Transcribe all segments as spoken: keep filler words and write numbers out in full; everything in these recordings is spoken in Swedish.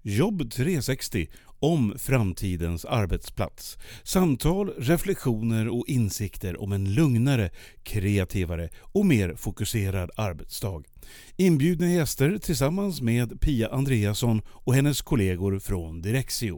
Jobb trehundrasextio om framtidens arbetsplats. Samtal, reflektioner och insikter om en lugnare, kreativare och mer fokuserad arbetsdag. Inbjudna gäster tillsammans med Pia Andreasson och hennes kollegor från Direxio.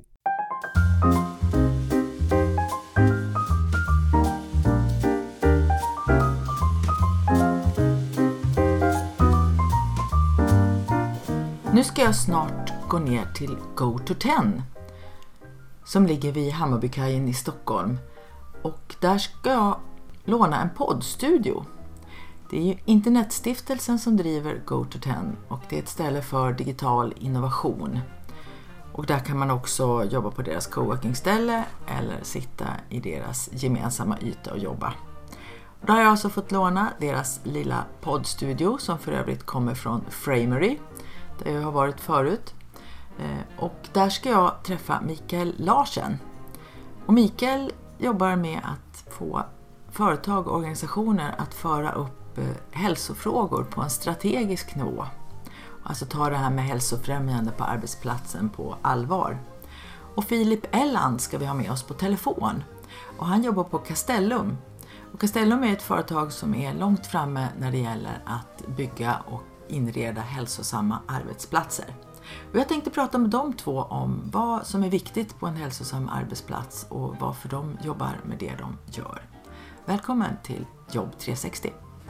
Nu ska jag snart gå ner till Go to ten som ligger vid Hammarbykajen i Stockholm, och där ska jag låna en poddstudio. Det är ju Internetstiftelsen som driver Go to ten och det är ett ställe för digital innovation. Och där kan man också jobba på deras coworking-ställe eller sitta i deras gemensamma yta och jobba. Och då har jag alltså fått låna deras lilla poddstudio som för övrigt kommer från Framery, där jag har varit förut. Och där ska jag träffa Mikael Larsen. Och Mikael jobbar med att få företag och organisationer att föra upp hälsofrågor på en strategisk nivå. Alltså ta det här med hälsofrämjande på arbetsplatsen på allvar. Och Filip Elland ska vi ha med oss på telefon. Och han jobbar på Castellum. Och Castellum är ett företag som är långt framme när det gäller att bygga och inreda hälsosamma arbetsplatser. Och jag tänkte prata med de två om vad som är viktigt på en hälsosam arbetsplats och varför de jobbar med det de gör. Välkommen till Jobb trehundrasextio.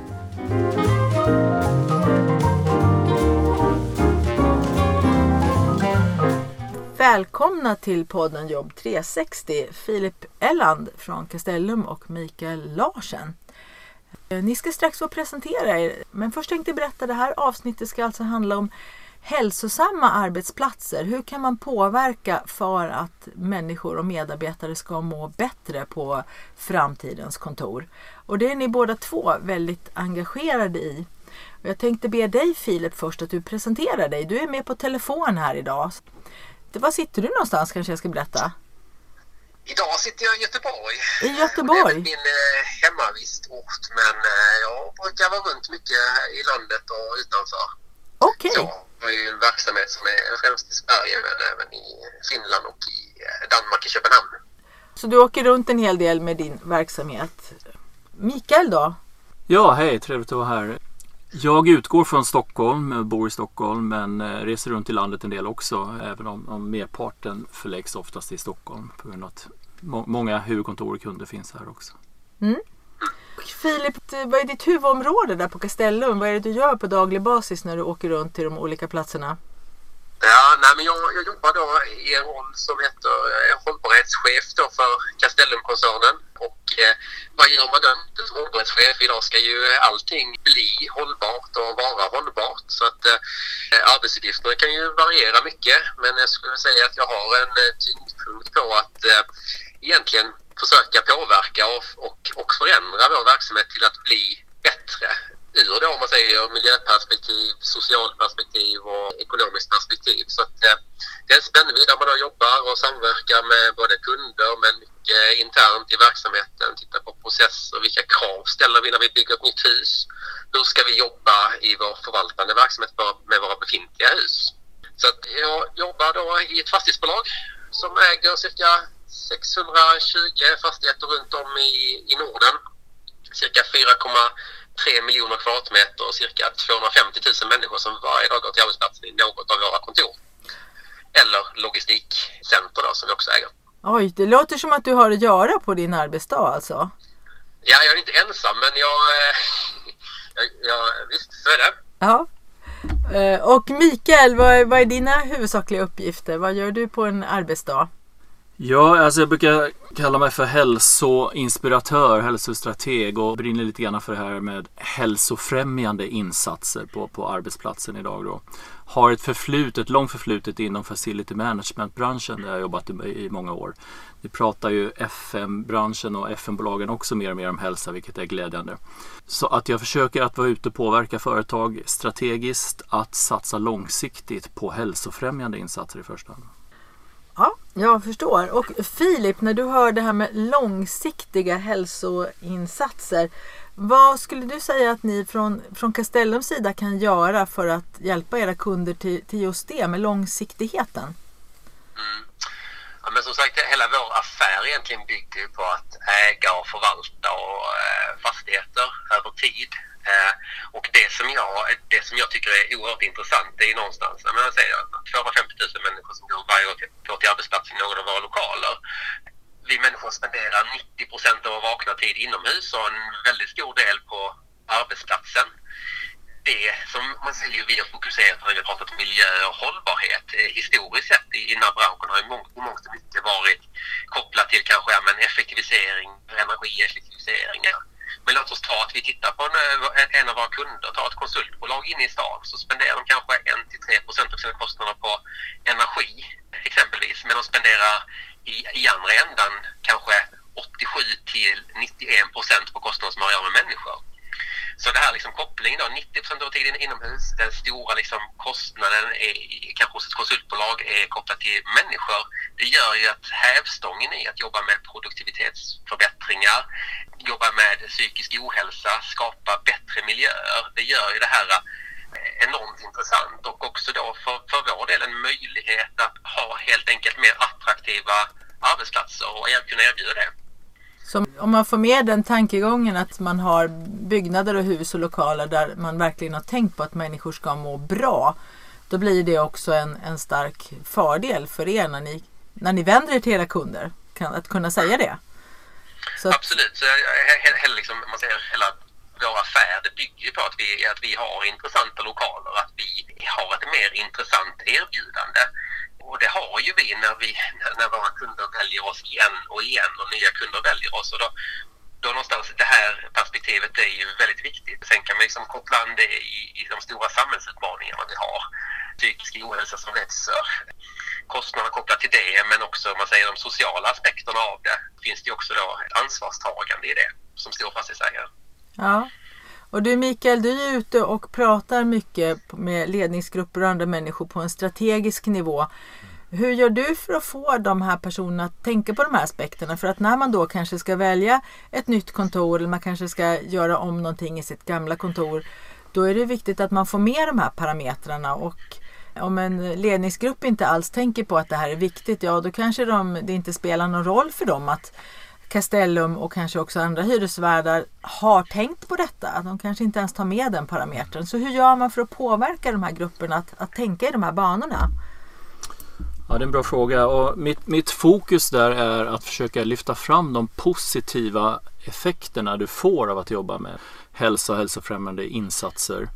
Välkomna till podden Jobb trehundrasextio, Filip Elland från Castellum och Mikael Larsen. Ni ska strax få presentera er, men först tänkte jag berätta, det här avsnittet ska alltså handla om hälsosamma arbetsplatser. Hur kan man påverka för att människor och medarbetare ska må bättre på framtidens kontor? Och det är ni båda två väldigt engagerade i. Och jag tänkte be dig, Filip, först att du presenterar dig. Du är med på telefon här idag. Var sitter du någonstans, kanske jag ska berätta? Idag sitter jag i Göteborg. I Göteborg? Det är min eh, hemmavisttort, men eh, jag brukar vara runt mycket i landet och utanför. Okej. Okay. Jag har ju en verksamhet som är främst i Sverige, men även i Finland och i Danmark, i Köpenhamn. Så du åker runt en hel del med din verksamhet. Mikael då? Ja, hej, trevligt att vara här. Jag utgår från Stockholm, bor i Stockholm, men reser runt i landet en del också, även om, om merparten förläggs oftast i Stockholm på grund av att må- många huvudkontor och kunder finns här också. Mm. Filip, vad är ditt huvudområde där på Castellum? Vad är det du gör på daglig basis när du åker runt till de olika platserna? Ja, nej, men jag, jag jobbar då i en roll som heter eh, hållbarhetschef då för Castellum-koncernen. Och eh, vad gör man då som hållbarhetschef? Idag ska ju allting bli hållbart och vara hållbart. Så att eh, arbetsuppgifterna kan ju variera mycket. Men jag skulle säga att jag har en eh, tyngdpunkt på att eh, egentligen försöka påverka och, och, och förändra vår verksamhet till att bli bättre. Ur då, om man säger miljöperspektiv, socialperspektiv och ekonomiskt perspektiv. Så att, eh, det är en spännvidd där man då jobbar och samverkar med både kunder men mycket internt i verksamheten. Titta på processer, vilka krav ställer vi när vi bygger ett nytt hus? Hur ska vi jobba i vår förvaltande verksamhet med våra befintliga hus? Så att jag jobbar då i ett fastighetsbolag som äger cirka sexhundratjugo fastigheter runt om i, i Norden. Cirka fyra komma tre miljoner kvadratmeter och cirka tvåhundrafemtio tusen människor som varje dag går till arbetsplatsen i något av våra kontor. Eller logistikcenter då, som vi också äger. Oj, det låter som att du har att göra på din arbetsdag alltså. Ja, jag är inte ensam, men jag, jag, jag visst, så är det. Ja. Och Mikael, vad är, vad är dina huvudsakliga uppgifter? Vad gör du på en arbetsdag? Ja, alltså jag brukar kalla mig för hälsoinspiratör, hälsostrateg och brinner lite grann för det här med hälsofrämjande insatser på, på arbetsplatsen idag då. Har ett förflutet, långt förflutet inom facility management-branschen där jag har jobbat i, i många år. Vi pratar ju F M-branschen och F M-bolagen också mer och mer om hälsa, vilket är glädjande. Så att jag försöker att vara ute och påverka företag strategiskt att satsa långsiktigt på hälsofrämjande insatser i första hand. Ja, jag förstår. Och Filip, när du hör det här med långsiktiga hälsoinsatser, vad skulle du säga att ni från, från Castellums sida kan göra för att hjälpa era kunder till, till just det med långsiktigheten? som sagt, hela vår affär egentligen bygger ju på att äga och förvalta och, eh, fastigheter över tid. Eh, och det som, jag, det som jag tycker är oerhört intressant, det är någonstans, jag menar, säger, tvåhundrafemtio tusen människor som går varje år till, går till arbetsplatsen i någon av våra lokaler. Vi människor spenderar nittio procent av vår vakna tid inomhus och en väldigt stor del på arbetsplatsen. Det som man säger vi har fokuserat på när vi har pratat om miljö och hållbarhet historiskt sett i den här branschen har i mångt och mycket varit kopplat till kanske ja, men effektivisering, energieffektiviseringar. Men låt oss ta att vi tittar på en, en av våra kunder, ta ett konsultbolag inne i stan, så spenderar de kanske en till tre procent av sina kostnader på energi exempelvis, men de spenderar i, i andra ändan kanske åttiosju till nittioen procent på kostnader som har att göra med människor. Så det här liksom kopplingen då, nittio procent av tiden inomhus, den stora liksom kostnaden är, kanske hos ett konsultbolag är kopplat till människor. Det gör ju att hävstången i att jobba med produktivitetsförbättringar, jobba med psykisk ohälsa, skapa bättre miljöer, det gör ju det här enormt intressant och också då för, för vår del en möjlighet att ha helt enkelt mer attraktiva arbetsplatser och kunna erbjuda det. Så om man får med den tankegången att man har byggnader och hus och lokaler där man verkligen har tänkt på att människor ska må bra, då blir det också en, en stark fördel för er när ni, när ni vänder er till era kunder, kan, att kunna säga det. Så att... Absolut, så he, he, liksom, man säger hela vår affär, det bygger på att vi, att vi har intressanta lokaler, att vi har ett mer intressant erbjudande. Och det har ju vi när, vi när våra kunder väljer oss igen och igen och nya kunder väljer oss. Och då, då någonstans, det här perspektivet är ju väldigt viktigt. Sen kan man liksom koppla an det i, i de stora samhällsutmaningarna vi har. Psykisk ohälsa som växer, kostnader kopplat till det, men också man säger de sociala aspekterna av det. Finns det ju också då ett ansvarstagande i det som stor fastighetsägare. Ja. Och du Mikael, du är ute och pratar mycket med ledningsgrupper och andra människor på en strategisk nivå. Hur gör du för att få de här personerna att tänka på de här aspekterna? För att när man då kanske ska välja ett nytt kontor eller man kanske ska göra om någonting i sitt gamla kontor, då är det viktigt att man får med de här parametrarna. Och om en ledningsgrupp inte alls tänker på att det här är viktigt, ja då kanske de, det inte spelar någon roll för dem att Castellum och kanske också andra hyresvärdar har tänkt på detta. De kanske inte ens tar med den parametern. Så hur gör man för att påverka de här grupperna att, att tänka i de här banorna? Ja, det är en bra fråga. Och mitt, mitt fokus där är att försöka lyfta fram de positiva effekterna du får av att jobba med hälsa och hälsofrämjande insatser.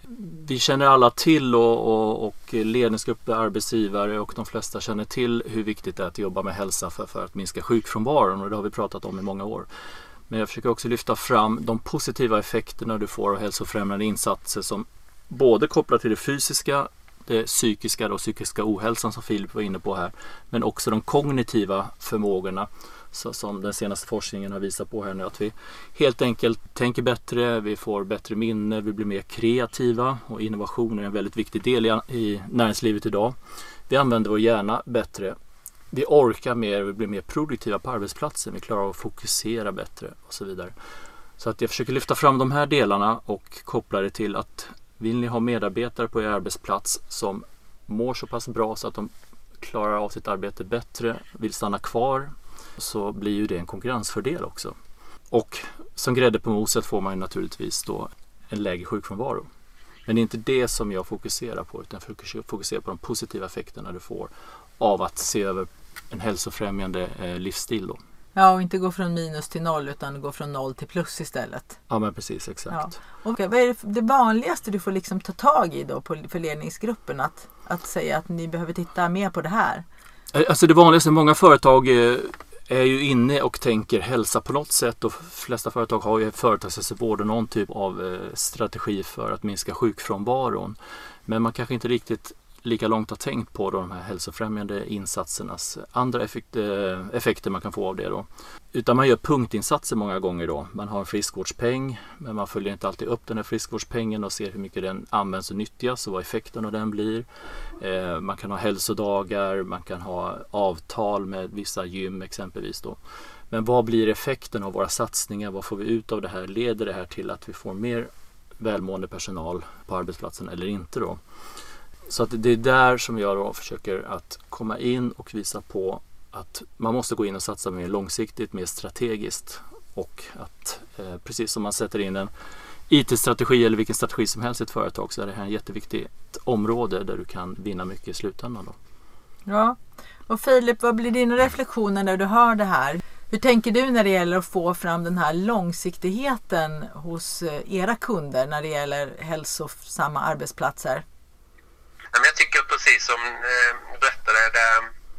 Vi känner alla till och, och, och ledningsgrupper, arbetsgivare och de flesta känner till hur viktigt det är att jobba med hälsa för, för att minska sjukfrånvaron, och det har vi pratat om i många år. Men jag försöker också lyfta fram de positiva effekterna du får av hälsofrämjande insatser som både kopplar till det fysiska, det psykiska och psykiska ohälsan som Filip var inne på här, men också de kognitiva förmågorna. Så som den senaste forskningen har visat på här nu, att vi helt enkelt tänker bättre, vi får bättre minne, vi blir mer kreativa, och innovation är en väldigt viktig del i, i näringslivet idag. Vi använder vår hjärna bättre, vi orkar mer, vi blir mer produktiva på arbetsplatsen, vi klarar av att fokusera bättre och så vidare. Så att jag försöker lyfta fram de här delarna och koppla det till att vill ni ha medarbetare på er arbetsplats som mår så pass bra så att de klarar av sitt arbete bättre, vill stanna kvar, så blir ju det en konkurrensfördel också. Och som grädde på moset får man ju naturligtvis då en lägre sjukfrånvaro. Men det är inte det som jag fokuserar på, utan jag fokuserar på de positiva effekterna du får av att se över en hälsofrämjande eh, livsstil då. Ja, och inte gå från minus till noll utan gå från noll till plus istället. Ja, men precis, exakt. Ja. Och vad är det, det vanligaste du får liksom ta tag i då på, för ledningsgruppen, att, att säga att ni behöver titta mer på det här? Alltså det vanligaste, många företag eh, är ju inne och tänker hälsa på något sätt, och de flesta företag har ju företagshälsovård och någon typ av eh, strategi för att minska sjukfrånvaron. Men man kanske inte riktigt lika långt har tänkt på då de här hälsofrämjande insatsernas andra effekter, effekter man kan få av det då. Utan man gör punktinsatser många gånger då. Man har en friskvårdspeng, men man följer inte alltid upp den här friskvårdspengen och ser hur mycket den används och nyttjas och vad effekten av den blir. Eh, man kan ha hälsodagar, man kan ha avtal med vissa gym exempelvis då. Men vad blir effekten av våra satsningar? Vad får vi ut av det här? Leder det här till att vi får mer välmående personal på arbetsplatsen eller inte då? Så att det är där som jag då försöker att komma in och visa på att man måste gå in och satsa mer långsiktigt, mer strategiskt, och att eh, precis som man sätter in en I T-strategi eller vilken strategi som helst i ett företag, så är det här ett jätteviktigt område där du kan vinna mycket i slutändan då. Ja, och Filip, vad blir dina reflektioner när du hör det här? Hur tänker du när det gäller att få fram den här långsiktigheten hos era kunder när det gäller hälsosamma arbetsplatser? Jag tycker precis som du berättade, där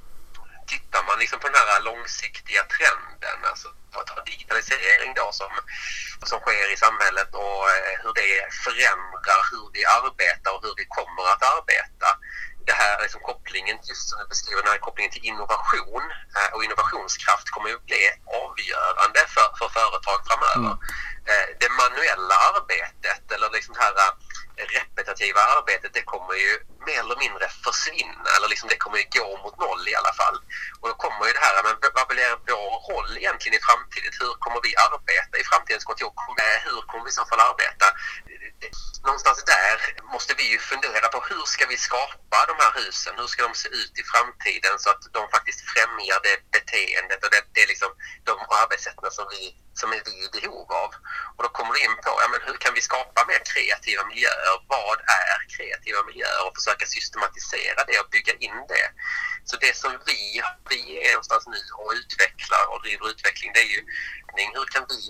tittar man liksom på den här långsiktiga trenden, alltså digitalisering då som, som sker i samhället och hur det förändrar hur vi arbetar och hur vi kommer att arbeta. Det här liksom kopplingen, just som du beskriver, den här kopplingen till innovation och innovationskraft kommer ju bli avgörande för, för företag framöver. Mm. Det manuella arbetet eller liksom det här repetitiva arbetet, det kommer ju mer eller mindre försvinna, eller liksom det kommer ju gå mot noll i alla fall. Och då kommer ju det här, men vad blir vår roll egentligen i framtiden? Hur kommer vi arbeta i framtidens kontor? Hur kommer vi i så fall arbeta? Någonstans där måste vi ju fundera på hur ska vi skapa de här husen? Hur ska de se ut i framtiden så att de faktiskt främjar det beteendet och det, det är liksom de arbetssätten som vi som är vi i behov av. Och då kommer vi in på, ja, men hur kan vi skapa mer kreativa miljöer? Vad är kreativa miljöer? Och försöka systematisera det och bygga in det. Så det som vi, vi är någonstans nu och utvecklar och driver utveckling, det är ju hur kan vi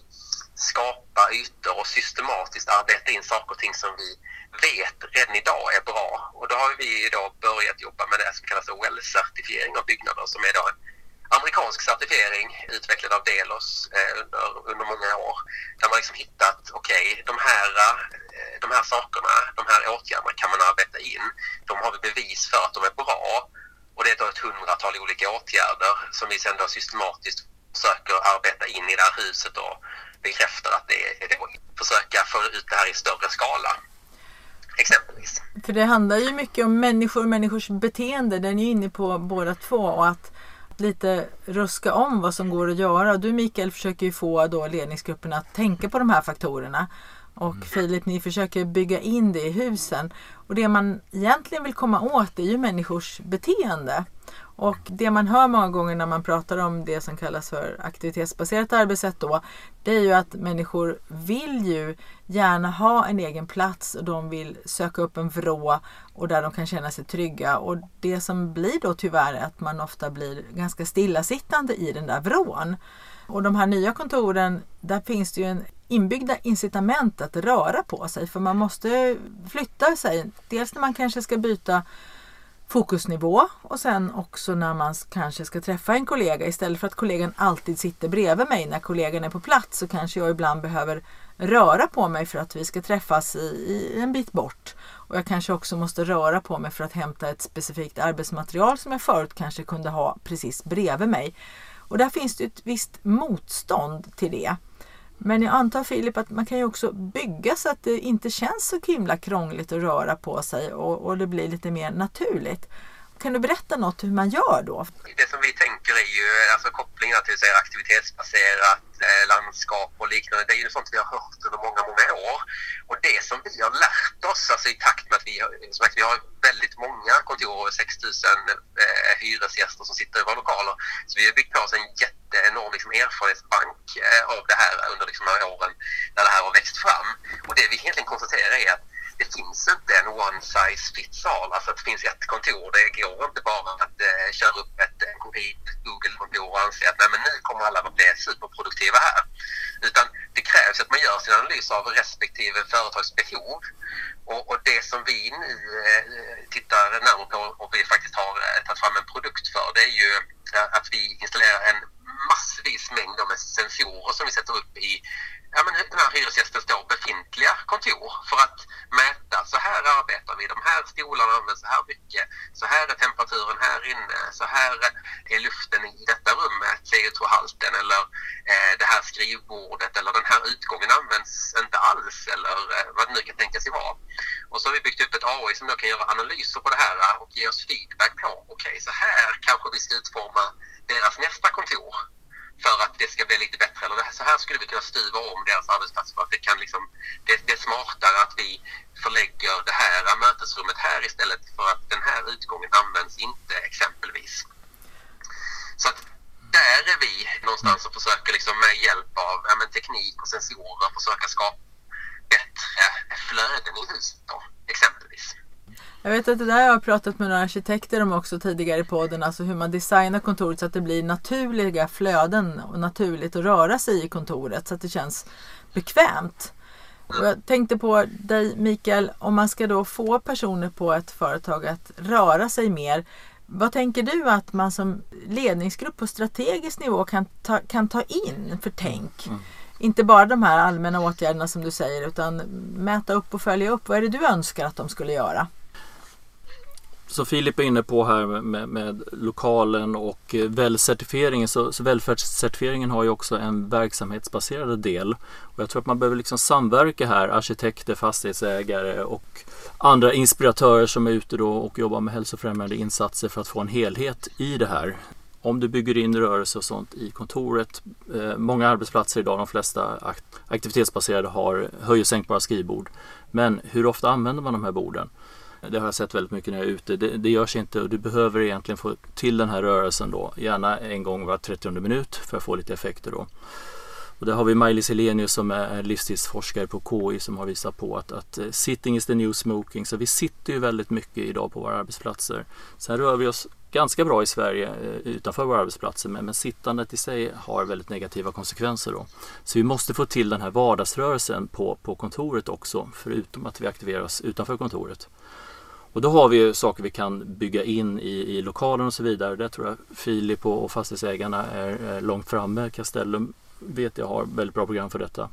skapa ytor och systematiskt arbeta in saker och ting som vi vet redan idag är bra. Och då har vi idag börjat jobba med det som kallas W E L-certifiering av byggnader, som är då en amerikansk certifiering utvecklad av Delos eh, under, under många år. Där man liksom hittat, okej, okay, de, här, eh, de här sakerna, de här åtgärderna kan man arbeta in. De har vi bevis för att de är bra. Och det är då ett hundratal olika åtgärder som vi sedan då systematiskt försöker arbeta in i det här huset och bekräftar att det är det. Försöka få ut det här i större skala. Exempelvis. För det handlar ju mycket om människor och människors beteende. Den är ju inne på båda två, och att lite ruska om vad som går att göra. Och du, Mikael, försöker ju få då ledningsgrupperna att tänka på de här faktorerna. Och mm. Filip, ni försöker bygga in det i husen. Och det man egentligen vill komma åt är ju människors beteende. Och det man hör många gånger när man pratar om det som kallas för aktivitetsbaserat arbetssätt då, det är ju att människor vill ju gärna ha en egen plats och de vill söka upp en vrå och där de kan känna sig trygga. Och det som blir då tyvärr är att man ofta blir ganska stillasittande i den där vrån. Och de här nya kontoren, där finns det ju en inbyggda incitament att röra på sig, för man måste flytta sig. Dels när man kanske ska byta fokusnivå och sen också när man kanske ska träffa en kollega. Istället för att kollegan alltid sitter bredvid mig när kollegan är på plats, så kanske jag ibland behöver röra på mig för att vi ska träffas i, i en bit bort. Och jag kanske också måste röra på mig för att hämta ett specifikt arbetsmaterial som jag förut kanske kunde ha precis bredvid mig. Och där finns det ett visst motstånd till det. Men jag antar, Filip, att man kan ju också bygga så att det inte känns så himla krångligt att röra på sig och, och det blir lite mer naturligt. Kan du berätta något hur man gör då? Det som vi tänker är ju alltså kopplingen till så här, aktivitetsbaserat eh, landskap och liknande. Det är ju sånt vi har hört under många, många år. Och det som vi har lärt oss, alltså i takt med att vi, som att vi har väldigt många kontor, över sex tusen eh, hyresgäster som sitter i våra lokaler. Så vi har byggt på oss en jätteenorm liksom, erfarenhetsbank eh, av det här under liksom, de här åren när det här har växt fram. Och det vi egentligen konstaterar är att det finns inte en one size fits all, alltså att det finns ett kontor. Det går inte bara att eh, köra upp ett Google-kontor och anse att nej, men nu kommer alla att bli superproduktiva här. Utan det krävs att man gör sin analys av respektive företags behov. Och, och det som vi nu eh, tittar närmare på och vi faktiskt har eh, tagit fram en produkt för, det är ju eh, att vi installerar en massvis mängd med sensorer som vi sätter upp i ja, men den här hyresgästens då befintliga kontor för att mäta, så här arbetar vi, de här stolarna används så här mycket, så här är temperaturen här inne, så här är luften i detta rummet, C O två-halten, eller eh, det här skrivbordet, eller den här utgången används inte alls, eller eh, vad det nu kan tänka sig vara. Och så har vi byggt upp ett A I som då kan göra analyser på det här och ge oss feedback på, okej, okay, så här kanske vi ska utforma deras nästa kontor för att det ska bli lite bättre, eller så här skulle vi kunna styra om deras arbetsplats för att det kan liksom, det, det är smartare att vi förlägger det här mötesrummet här istället för att den här utgången används inte exempelvis. Så att någonstans och försöker liksom med hjälp av ja, men teknik och sensorer försöka skapa bättre flöden i huset då, exempelvis. Jag vet att det där jag har pratat med några arkitekter om också tidigare i podden, alltså hur man designar kontoret så att det blir naturliga flöden och naturligt att röra sig i kontoret så att det känns bekvämt. Och jag tänkte på dig, Mikael, om man ska då få personer på ett företag att röra sig mer, vad tänker du att man som ledningsgrupp på strategisk nivå kan ta, kan ta in för tänk? Mm. Inte bara de här allmänna åtgärderna som du säger, utan mäta upp och följa upp. Vad är det du önskar att de skulle göra? Så Filip är inne på här med, med, med lokalen och välcertifieringen, så, så välfärdscertifieringen har ju också en verksamhetsbaserad del. Och jag tror att man behöver liksom samverka här, arkitekter, fastighetsägare och andra inspiratörer som är ute då och jobbar med hälsofrämjande insatser för att få en helhet i det här. Om du bygger in rörelse och sånt i kontoret, eh, många arbetsplatser idag, de flesta akt- aktivitetsbaserade har höj- och sänkbara skrivbord. Men hur ofta använder man de här borden? Det har jag sett väldigt mycket när jag är ute. Det, det görs inte och du behöver egentligen få till den här rörelsen då. Gärna en gång var trettionde minut för att få lite effekter då. Och där har vi Maj-Lis Helenius som är livstidsforskare på K I som har visat på att, att sitting is the new smoking. Så vi sitter ju väldigt mycket idag på våra arbetsplatser. Sen rör vi oss ganska bra i Sverige utanför våra arbetsplatser, men, men sittandet i sig har väldigt negativa konsekvenser då. Så vi måste få till den här vardagsrörelsen på, på kontoret också, förutom att vi aktiverar oss utanför kontoret. Och då har vi ju saker vi kan bygga in i, i lokalen och så vidare. Där tror jag Filip och, och fastighetsägarna är, är långt framme. Castellum vet jag har väldigt bra program för detta.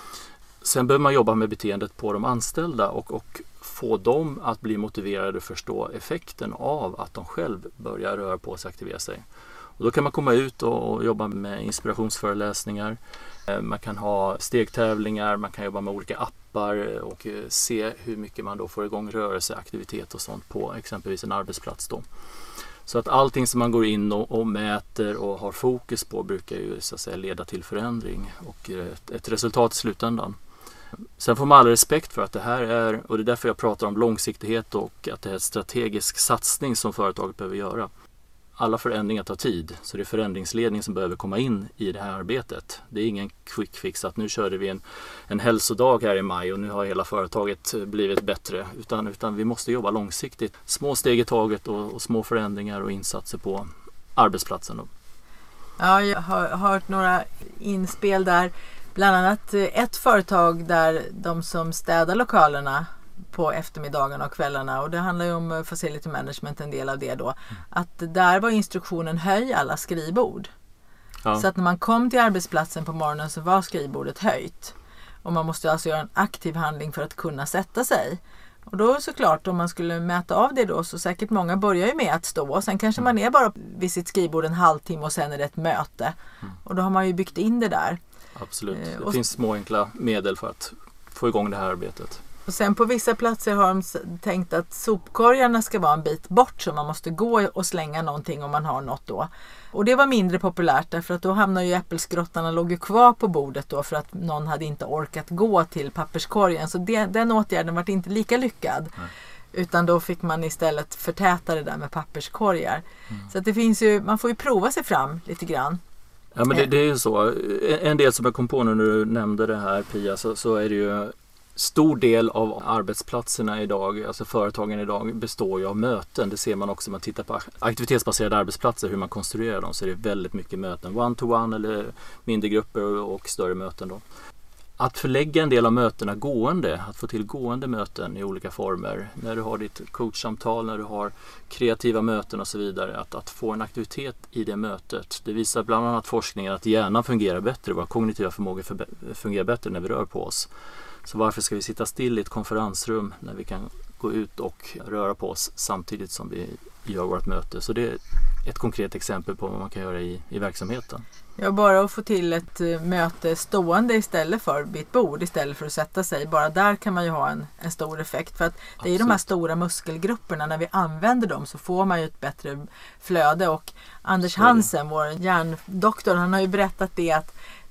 Sen behöver man jobba med beteendet på de anställda och, och få dem att bli motiverade och förstå effekten av att de själv börjar röra på sig och aktivera sig. Och då kan man komma ut och, och jobba med inspirationsföreläsningar. Man kan ha stegtävlingar, man kan jobba med olika appar och se hur mycket man då får igång rörelseaktivitet och sånt på exempelvis en arbetsplats då. Så att allting som man går in och, och mäter och har fokus på brukar ju så att säga leda till förändring och ett, ett resultat i slutändan. Sen får man all respekt för att det här är, och det är därför jag pratar om långsiktighet och att det är en strategisk satsning som företaget behöver göra. Alla förändringar tar tid, så det är förändringsledning som behöver komma in i det här arbetet. Det är ingen quick fix att nu körde vi en, en hälsodag här i maj och nu har hela företaget blivit bättre. Utan, utan vi måste jobba långsiktigt. Små steg i taget och, och små förändringar och insatser på arbetsplatsen. Ja, jag har hört några inspel där. Bland annat ett företag där de som städar lokalerna på eftermiddagarna och kvällarna, och det handlar ju om facility management, en del av det då, att där var instruktionen höj alla skrivbord. Ja. Så att när man kom till arbetsplatsen på morgonen så var skrivbordet höjt. Och man måste alltså göra en aktiv handling för att kunna sätta sig. Och då såklart, om man skulle mäta av det då, så säkert många börjar ju med att stå och sen kanske man är bara vid sitt skrivbord en halvtimme och sen är det ett möte. Och då har man ju byggt in det där. Absolut, det och finns små enkla medel för att få igång det här arbetet. Och sen på vissa platser har de tänkt att sopkorgarna ska vara en bit bort, så man måste gå och slänga någonting om man har något då. Och det var mindre populärt därför att då hamnar ju äppelskrottarna låg ju kvar på bordet då för att någon hade inte orkat gå till papperskorgen. Så det, den åtgärden var inte lika lyckad. Nej. Utan då fick man istället förtäta det där med papperskorgar. Mm. Så att det finns ju, man får ju prova sig fram lite grann. Ja, men det, det är ju så. En del som jag kom på när du nämnde det här, Pia, så, så är det ju stor del av arbetsplatserna idag, alltså företagen idag, består ju av möten. Det ser man också om man tittar på aktivitetsbaserade arbetsplatser, hur man konstruerar dem, så är det väldigt mycket möten. One-to-one eller mindre grupper och större möten då. Att förlägga en del av mötena gående, att få till gående möten i olika former, när du har ditt coachsamtal, när du har kreativa möten och så vidare, att, att få en aktivitet i det mötet. Det visar bland annat forskningen att hjärnan fungerar bättre, våra kognitiva förmågor för, fungerar bättre när vi rör på oss. Så varför ska vi sitta still i ett konferensrum när vi kan gå ut och röra på oss samtidigt som vi gör vårt möte? Så det är ett konkret exempel på vad man kan göra i, i verksamheten. Ja, bara att få till ett möte stående istället för vid ett bord, istället för att sätta sig. Bara där kan man ju ha en, en stor effekt. För att det är ju de här stora muskelgrupperna, när vi använder dem så får man ju ett bättre flöde. Och Anders Hansen, vår hjärndoktor, han har ju berättat det att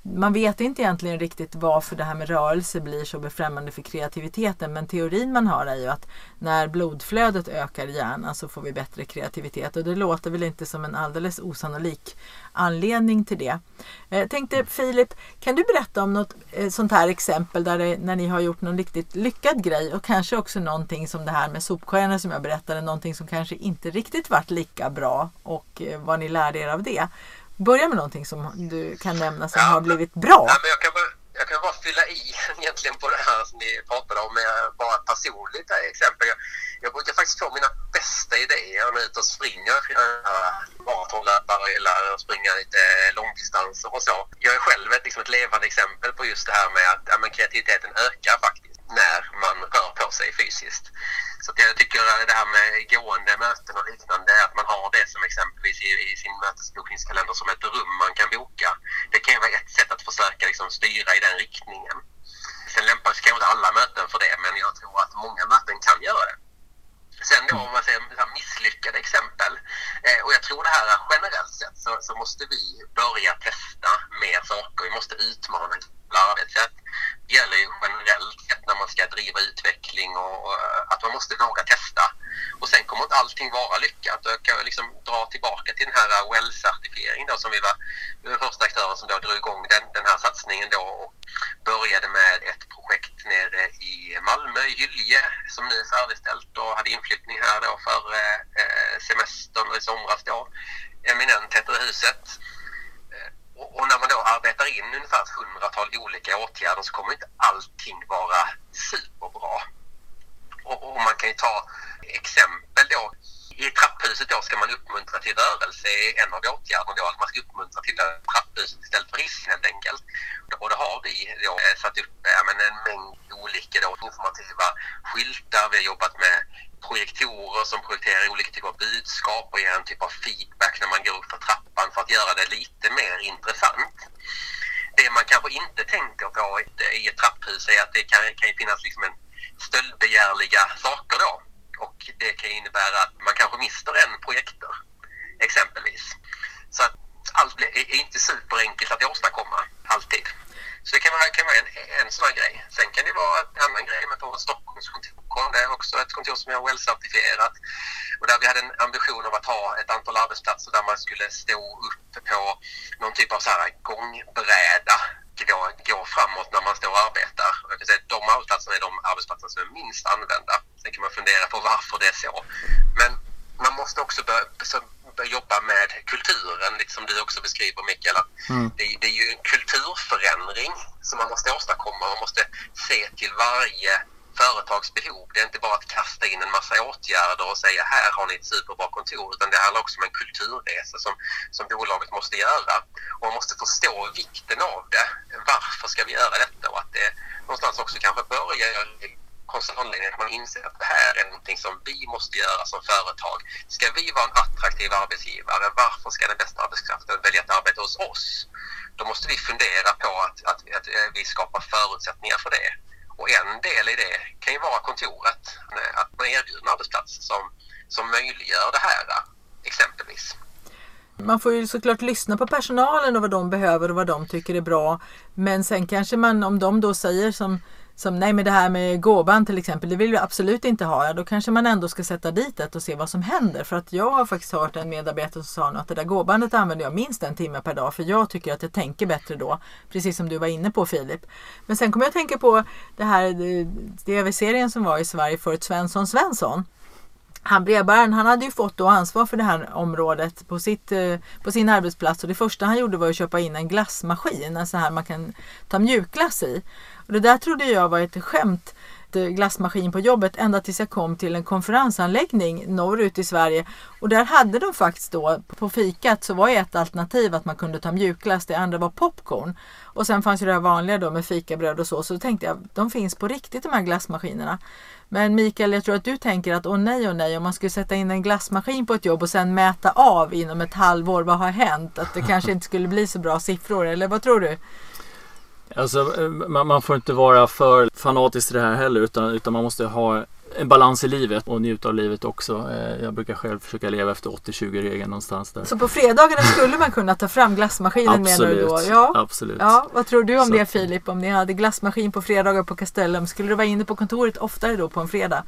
man vet inte egentligen riktigt varför det här med rörelse blir så befrämmande för kreativiteten, men teorin man har är ju att när blodflödet ökar i hjärnan så får vi bättre kreativitet, och det låter väl inte som en alldeles osannolik anledning till det. Jag tänkte, Filip, kan du berätta om något sånt här exempel där det, när ni har gjort någon riktigt lyckad grej, och kanske också någonting som det här med sopkorgarna som jag berättade, någonting som kanske inte riktigt varit lika bra, och vad ni lärde er av det. Börja med någonting som du kan nämna som ja, har blivit bra. Ja, men jag, kan bara, jag kan bara fylla i egentligen på det här som ni pratade om, med bara ett personligt exempel. Jag, jag brukar faktiskt få mina bästa idéer när jag är ute och springer. Maratonlöpare eller springa lite långdistanser och så. Jag är själv ett, liksom ett levande exempel på just det här med att ja, men kreativiteten ökar faktiskt när man rör på sig fysiskt. Så att jag tycker det här med gående möten och liknande, att man har det som exempelvis i, i sin mötesbokningskalender som ett rum man kan boka. Det kan ju vara ett sätt att försöka liksom styra i den riktningen. Sen lämpar sig kanske inte alla möten för det, men jag tror att många möten kan göra det. Sen då, om man säger misslyckade exempel, eh, och jag tror det här generellt sett så, så måste vi börja testa mer saker. Vi måste utmana arbetssätt. Det gäller ju generellt sett när man ska driva utveckling och, och att man måste våga testa. Och sen kommer inte allting vara lyckat. Jag kan liksom dra tillbaka till den här WELL-certifieringen då, som vi var den första aktören som då drog igång den, den här satsningen då, och började med ett projekt nere i Malmö, i Hylje, som nu är färdigställt och hade inflyttning här då för eh, semestern i somras då. Eminent heter det huset. Och när man då arbetar in ungefär ett hundratal olika åtgärder så kommer inte allting vara superbra. Och, och man kan ju ta exempel då. I trapphuset då ska man uppmuntra till rörelse i en av åtgärderna då. Att man ska uppmuntra till trapphuset istället för hissen helt enkelt. Och då har vi då satt upp ja, men en mängd olika då, informativa skyltar. Vi har jobbat med projektorer som projekterar olika typer av budskap och ger en typ av feedback när man går upp för trappan för att göra det lite mer intressant. Det man kanske inte tänker på i ett trapphus är att det kan, kan finnas liksom en stöldbegärliga saker då. Och det kan innebära att man kanske mister en projektor exempelvis. Så att allt är inte superenkelt att åstadkomma alltid. Så det kan vara, kan vara en, en sån här grej. Sen kan det vara en annan grej med på Stockholms kontor. Det är också ett kontor som är WELL-certifierat. Och där vi hade en ambition av att ha ett antal arbetsplatser där man skulle stå upp på någon typ av så här gångbräda. Gå, gå framåt när man står och arbetar. Och jag kan säga att de arbetsplatserna är de arbetsplatser som är minst använda. Sen kan man fundera på varför det är så. Men man måste också börja, börja jobba med kulturen, lite som du också beskriver, Mikael. Mm. Det, det är ju en kulturförändring som man måste åstadkomma. Man måste se till varje företags behov. Det är inte bara att kasta in en massa åtgärder och säga här har ni ett superbra kontor, utan det handlar också om en kulturresa som, som bolaget måste göra. Och man måste förstå vikten av det. Varför ska vi göra detta? Och att det någonstans också kanske börjar koncernledningen, att man inser att det här är någonting som vi måste göra som företag. Ska vi vara en attraktiv arbetsgivare, varför ska den bästa arbetskraften välja att arbeta hos oss? Då måste vi fundera på att, att, att vi skapar förutsättningar för det. Och en del i det kan ju vara kontoret, att man erbjuder en arbetsplats som, som möjliggör det här exempelvis. Man får ju såklart lyssna på personalen och vad de behöver och vad de tycker är bra. Men sen kanske man, om de då säger som, som nej, med det här med gåband till exempel, det vill vi absolut inte ha. Då kanske man ändå ska sätta dit det och se vad som händer. För att jag har faktiskt hört en medarbetare som sa att det där gåbandet använder jag minst en timme per dag. För jag tycker att jag tänker bättre då. Precis som du var inne på, Filip. Men sen kommer jag att tänka på det här T V-serien som var i Sverige för Svensson Svensson. Han brevbäraren, han hade ju fått då ansvar för det här området på, sitt, på sin arbetsplats. Och det första han gjorde var att köpa in en glassmaskin. En sån här man kan ta mjukglass i. Och det där trodde jag var ett skämt, glassmaskin på jobbet, ända tills jag kom till en konferensanläggning norrut i Sverige. Och där hade de faktiskt då, på fikat så var ett alternativ att man kunde ta mjukglass, det andra var popcorn. Och sen fanns ju det här vanliga då med fikabröd och så. Så tänkte jag, de finns på riktigt de här glassmaskinerna. Men Mikael, jag tror att du tänker att åh nej, åh nej, om man skulle sätta in en glassmaskin på ett jobb och sen mäta av inom ett halvår vad har hänt, att det kanske inte skulle bli så bra siffror, eller vad tror du? Alltså, man, man får inte vara för fanatisk i det här heller, utan, utan man måste ha en balans i livet och njuta av livet också. Jag brukar själv försöka leva efter åttio tjugo-regeln någonstans där. Så på fredagarna skulle man kunna ta fram glassmaskinen menar du då? Ja, absolut. Ja, vad tror du om så. det Filip? Om ni hade glassmaskin på fredagar på Castellum, skulle du vara inne på kontoret oftare då på en fredag?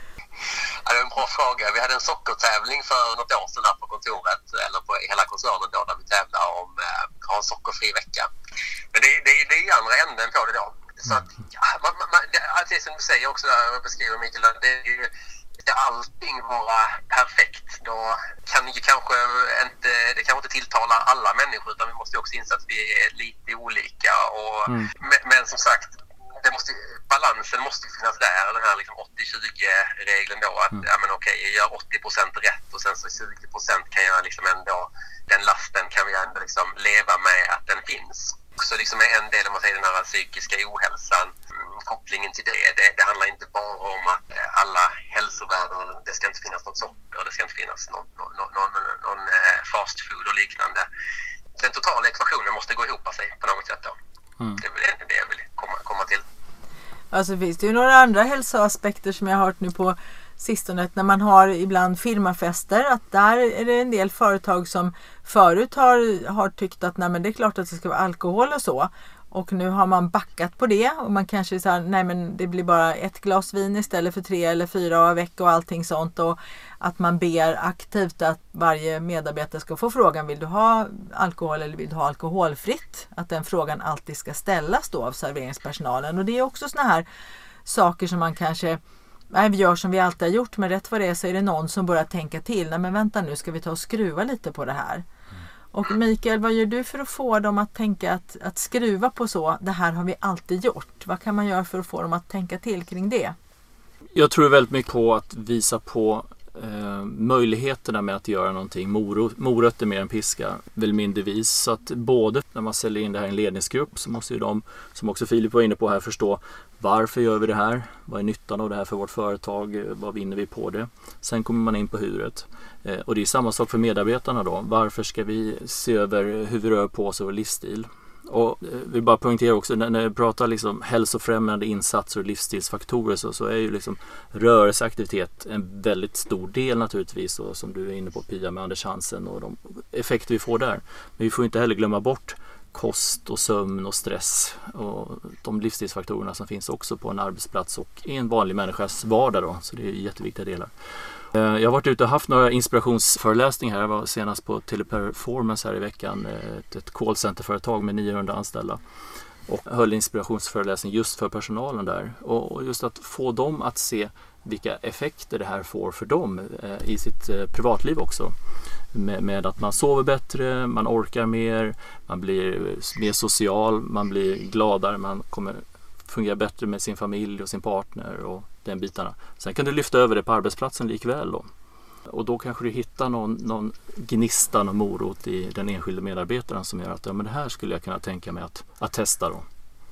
Ja, det är en bra fråga. Vi hade en sockertävling för något år sedan här på kontoret, eller på hela koncernen då, där vi tävlar om eh, ha en sockerfri vecka. Men det, det, det är ju andra änden på det då. Så att, ja, man, man, det, det som du säger också där och beskriver Mikael, det är ju ska allting vara perfekt, då kan ju kanske inte, det kan inte tilltala alla människor, utan vi måste också inse att vi är lite olika. Och, mm. men, men som sagt, det måste, balansen måste finnas där, den här liksom åttio tjugo-regeln då, att mm. ja, men okej, jag gör åttio procent rätt och sen så tjugo procent kan jag liksom ändå, den lasten kan vi ändå liksom leva med att den finns. Så liksom en del om man säger den här psykiska ohälsan, kopplingen till det, det, det handlar inte bara om att alla hälsovärden, det ska inte finnas något socker, det ska inte finnas någon, någon, någon, någon fast food och liknande. Den totala ekvationen måste gå ihop sig på något sätt då. Mm. Det är väl det jag vill komma, komma till. Alltså finns det ju några andra hälsoaspekter som jag har hört nu på sistone, när man har ibland firmafester, att där är det en del företag som förut har, har tyckt att nej, men det är klart att det ska vara alkohol och så, och nu har man backat på det och man kanske säger nej men det blir bara ett glas vin istället för tre eller fyra veckor och allting sånt, och att man ber aktivt att varje medarbetare ska få frågan, vill du ha alkohol eller vill du ha alkoholfritt, att den frågan alltid ska ställas då av serveringspersonalen. Och det är också såna här saker som man kanske nej, vi gör som vi alltid har gjort, men rätt vad det är så är det någon som börjar tänka till, nej men vänta nu, ska vi ta och skruva lite på det här. Och Mikael, vad gör du för att få dem att tänka att, att skruva på så? Det här har vi alltid gjort. Vad kan man göra för att få dem att tänka till kring det? Jag tror väldigt mycket på att visa på eh, möjligheterna med att göra någonting. Morot, morötter mer än piska, väl min devis. Så att både när man säljer in det här i en ledningsgrupp så måste ju de, som också Filip var inne på här, förstå varför gör vi det här? Vad är nyttan av det här för vårt företag? Vad vinner vi på det? Sen kommer man in på huret. Och det är samma sak för medarbetarna då. Varför ska vi se över hur vi rör på oss och livsstil? Och vi vill bara poängtera också, när vi pratar liksom hälsofrämjande insatser och livsstilsfaktorer så, så är ju liksom rörelseaktivitet en väldigt stor del naturligtvis. Och som du är inne på Pia med Anders Hansen och de effekter vi får där. Men vi får inte heller glömma bort kost och sömn och stress och de livsstilsfaktorerna som finns också på en arbetsplats och i en vanlig människas vardag då. Så det är jätteviktiga delar. Jag har varit ute och haft några inspirationsföreläsningar här. Jag var senast på Teleperformance här i veckan, ett, ett callcenterföretag med niohundra anställda, och höll inspirationsföreläsning just för personalen där. Och, och just att få dem att se vilka effekter det här får för dem eh, i sitt eh, privatliv också. Med, med att man sover bättre, man orkar mer, man blir mer social, man blir gladare, man kommer fungera bättre med sin familj och sin partner och den bitarna. Sen kan du lyfta över det på arbetsplatsen likväl då. Och då kanske du hittar någon, någon gnista, någon morot i den enskilda medarbetaren som gör att ja, men det här skulle jag kunna tänka mig att, att testa då.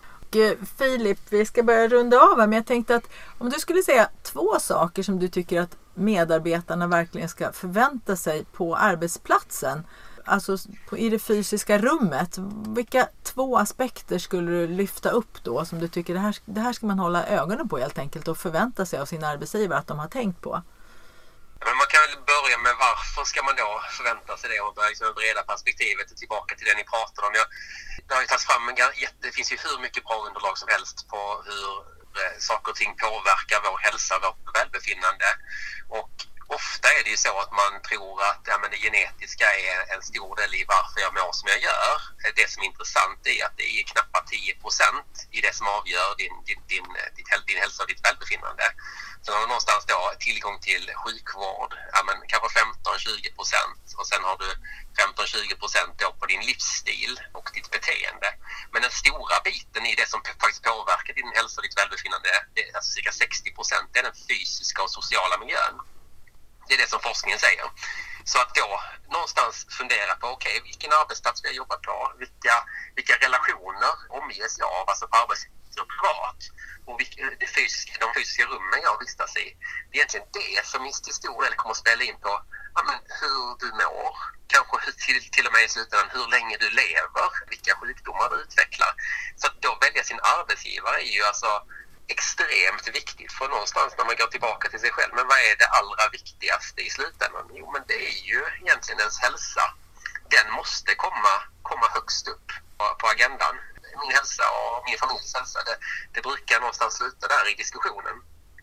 Filip, vi ska börja runda av här, men jag tänkte att om du skulle säga två saker som du tycker att medarbetarna verkligen ska förvänta sig på arbetsplatsen, alltså på, i det fysiska rummet, vilka två aspekter skulle du lyfta upp då som du tycker det här, det här ska man hålla ögonen på helt enkelt och förvänta sig av sin arbetsgivare att de har tänkt på? Men man kan väl börja med varför ska man då förvänta sig det och börja liksom breda perspektivet tillbaka till det ni pratar om. Jag, det har ju tagits fram en, det finns ju hur mycket bra underlag som helst på hur eh, saker och ting påverkar vår hälsa, vårt välbefinnande. Och ofta är det ju så att man tror att ja, men det genetiska är en stor del i varför jag mår som jag gör. Det som är intressant är att det är knappt tio procent i det som avgör din, din, din, din, din hälsa och ditt välbefinnande. Sen har du någonstans då tillgång till sjukvård, ja, men kanske femton till tjugo procent, och sen har du femton till tjugo procent då på din livsstil och ditt beteende. Men den stora biten i det som faktiskt påverkar din hälsa och ditt välbefinnande, det är alltså cirka sextio procent, det är den fysiska och sociala miljön. Det är det som forskningen säger. Så att då någonstans fundera på okej, okay, vilken arbetsplats vi har jobbat på, vilka, vilka relationer omges jag av, alltså på arbetsplatser och privat, och vilka, det fysiska, de fysiska rummen jag vistas i. Det är egentligen det som till stor del kommer att spela in på ja, men hur du mår, kanske till, till och med i slutändan hur länge du lever, vilka sjukdomar du utvecklar. Så att då välja sin arbetsgivare är ju alltså extremt viktigt, för någonstans när man går tillbaka till sig själv, men vad är det allra viktigaste i slutändan? Jo, men det är ju egentligen ens hälsa. Den måste komma, komma högst upp på, på agendan. Min hälsa och min familjs hälsa, det, det brukar någonstans sluta där i diskussionen.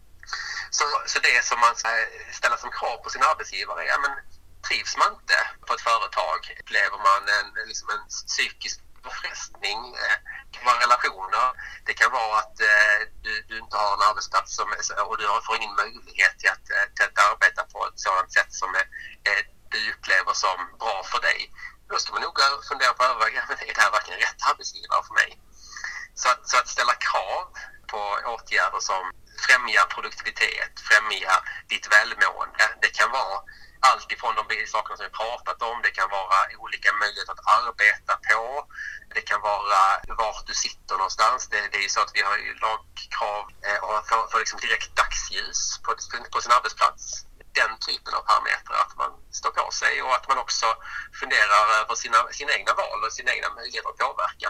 Så, så det som man ställer som krav på sin arbetsgivare, ja, men trivs man inte på ett företag, upplever man en, liksom en psykisk påfrestning, det kan vara relationer, det kan vara att eh, du, du inte har en arbetsplats som, och du får ingen möjlighet till att, till att arbeta på ett sådant sätt som eh, du upplever som bra för dig. Då ska man nog fundera på överväga, men är det här verkligen rätt arbetsgivare för mig? Så att, så att ställa krav på åtgärder som främjar produktivitet, främjar ditt välmående, det kan vara allt ifrån de sakerna som vi pratat om, det kan vara olika möjligheter att arbeta på, det kan vara vart du sitter någonstans. Det, det är ju så att vi har ju lagkrav eh, för, för liksom direkt dagsljus på, på sin arbetsplats. Den typen av parametrar, att man står på sig och att man också funderar över sina, sina egna val och sina egna möjligheter att påverka.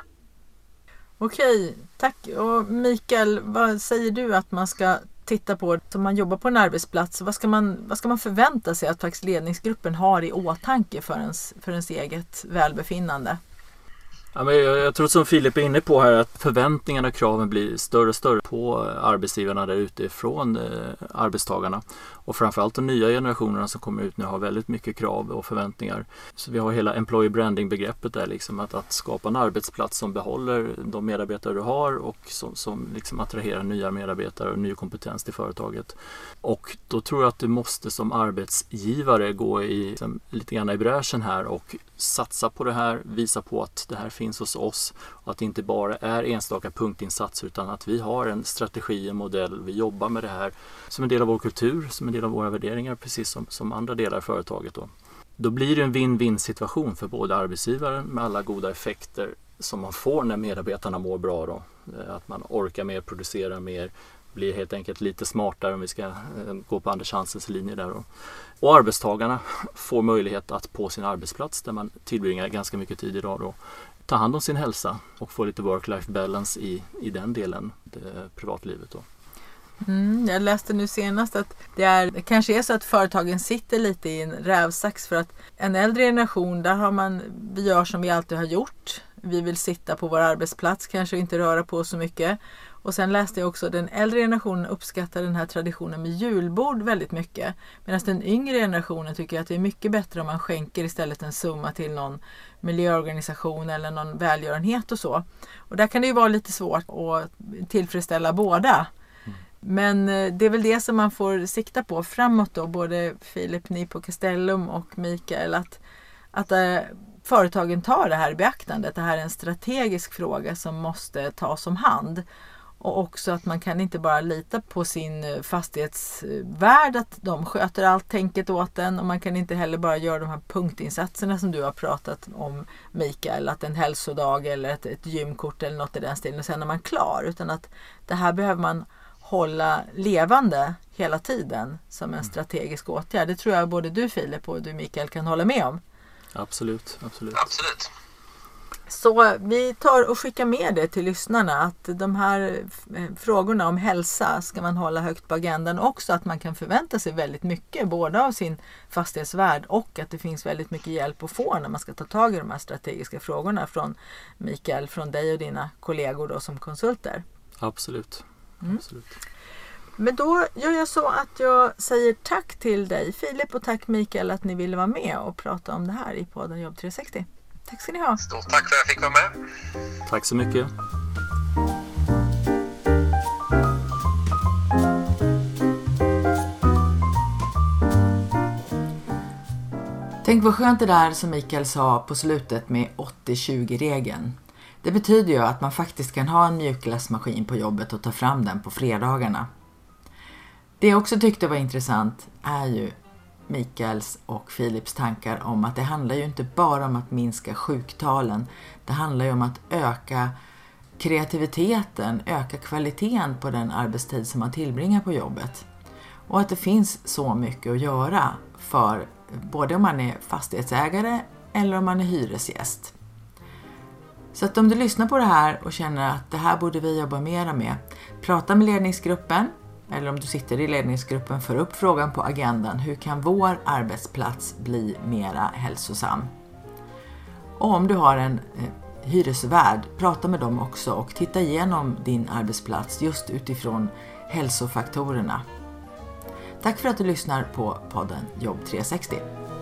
Okej, tack. Och Mikael, vad säger du att man ska titta på om man jobbar på en arbetsplats? Vad ska man, vad ska man förvänta sig att faktiskt ledningsgruppen har i åtanke för ens, för ens eget välbefinnande? Ja, men jag, jag tror som Filip är inne på här att förväntningarna och kraven blir större och större på arbetsgivarna där ute från eh, arbetstagarna. Och framförallt de nya generationerna som kommer ut nu har väldigt mycket krav och förväntningar. Så vi har hela employee branding-begreppet där, liksom att, att skapa en arbetsplats som behåller de medarbetare du har och som, som liksom attraherar nya medarbetare och ny kompetens till företaget. Och då tror jag att du måste som arbetsgivare gå i, liksom, lite grann i bräschen här och satsa på det här, visa på att det här finns hos oss och att det inte bara är enstaka punktinsatser utan att vi har en strategi, en modell, vi jobbar med det här som en del av vår kultur, som en del av våra värderingar, precis som, som andra delar av företaget. Då. Då blir det en win-win situation för både arbetsgivaren med alla goda effekter som man får när medarbetarna mår bra. Då. Att man orkar mer, producerar mer, blir helt enkelt lite smartare om vi ska gå på Anders Hansens linje där. Då. Och arbetstagarna får möjlighet att på sin arbetsplats där man tillbringar ganska mycket tid idag då, ta hand om sin hälsa och få lite work-life balance i, i den delen, det privatlivet då. Mm, jag läste nu senast att det, är, det kanske är så att företagen sitter lite i en rävsax för att en äldre generation, där har man, vi gör som vi alltid har gjort. Vi vill sitta på vår arbetsplats, kanske inte röra på så mycket. Och sen läste jag också att den äldre generationen uppskattar den här traditionen med julbord väldigt mycket. Medan den yngre generationen tycker att det är mycket bättre om man skänker istället en summa till någon miljöorganisation eller någon välgörenhet och så. Och där kan det ju vara lite svårt att tillfredsställa båda. Men det är väl det som man får sikta på framåt då, både Filip, ni på Castellum och Mikael, att, att äh, företagen tar det här i beaktandet. Det här är en strategisk fråga som måste tas om hand. Och också att man kan inte bara lita på sin fastighetsvärd, att de sköter allt tänket åt den. Och man kan inte heller bara göra de här punktinsatserna som du har pratat om, Mikael, att en hälsodag eller ett, ett gymkort eller något i den stilen, och sen är man klar. Utan att det här behöver man hålla levande hela tiden som en strategisk åtgärd. Det tror jag både du, Filip, och du, Mikael, kan hålla med om. Absolut, absolut. Absolut. Så vi tar och skickar med det till lyssnarna att de här frågorna om hälsa ska man hålla högt på agendan, också att man kan förvänta sig väldigt mycket både av sin fastighetsvärd och att det finns väldigt mycket hjälp att få när man ska ta tag i de här strategiska frågorna från Mikael, från dig och dina kollegor då som konsulter. Absolut. Mm. Absolut. Men då gör jag så att jag säger tack till dig, Filip, och tack, Mikael, att ni ville vara med och prata om det här i podden Jobb tre sextio. Tack ska ni ha. Stort tack för att jag fick vara med. Tack så mycket. Tänk vad skönt det där som Mikael sa på slutet med åttio tjugo-regeln. Det betyder ju att man faktiskt kan ha en mjukglassmaskin på jobbet och ta fram den på fredagarna. Det jag också tyckte var intressant är ju Mikaels och Filips tankar om att det handlar ju inte bara om att minska sjuktalen. Det handlar ju om att öka kreativiteten, öka kvaliteten på den arbetstid som man tillbringar på jobbet. Och att det finns så mycket att göra för både om man är fastighetsägare eller om man är hyresgäst. Så att om du lyssnar på det här och känner att det här borde vi jobba mera med, prata med ledningsgruppen, eller om du sitter i ledningsgruppen, för upp frågan på agendan. Hur kan vår arbetsplats bli mera hälsosam? Och om du har en eh, hyresvärd, prata med dem också och titta igenom din arbetsplats just utifrån hälsofaktorerna. Tack för att du lyssnar på podden Jobb tre sextio.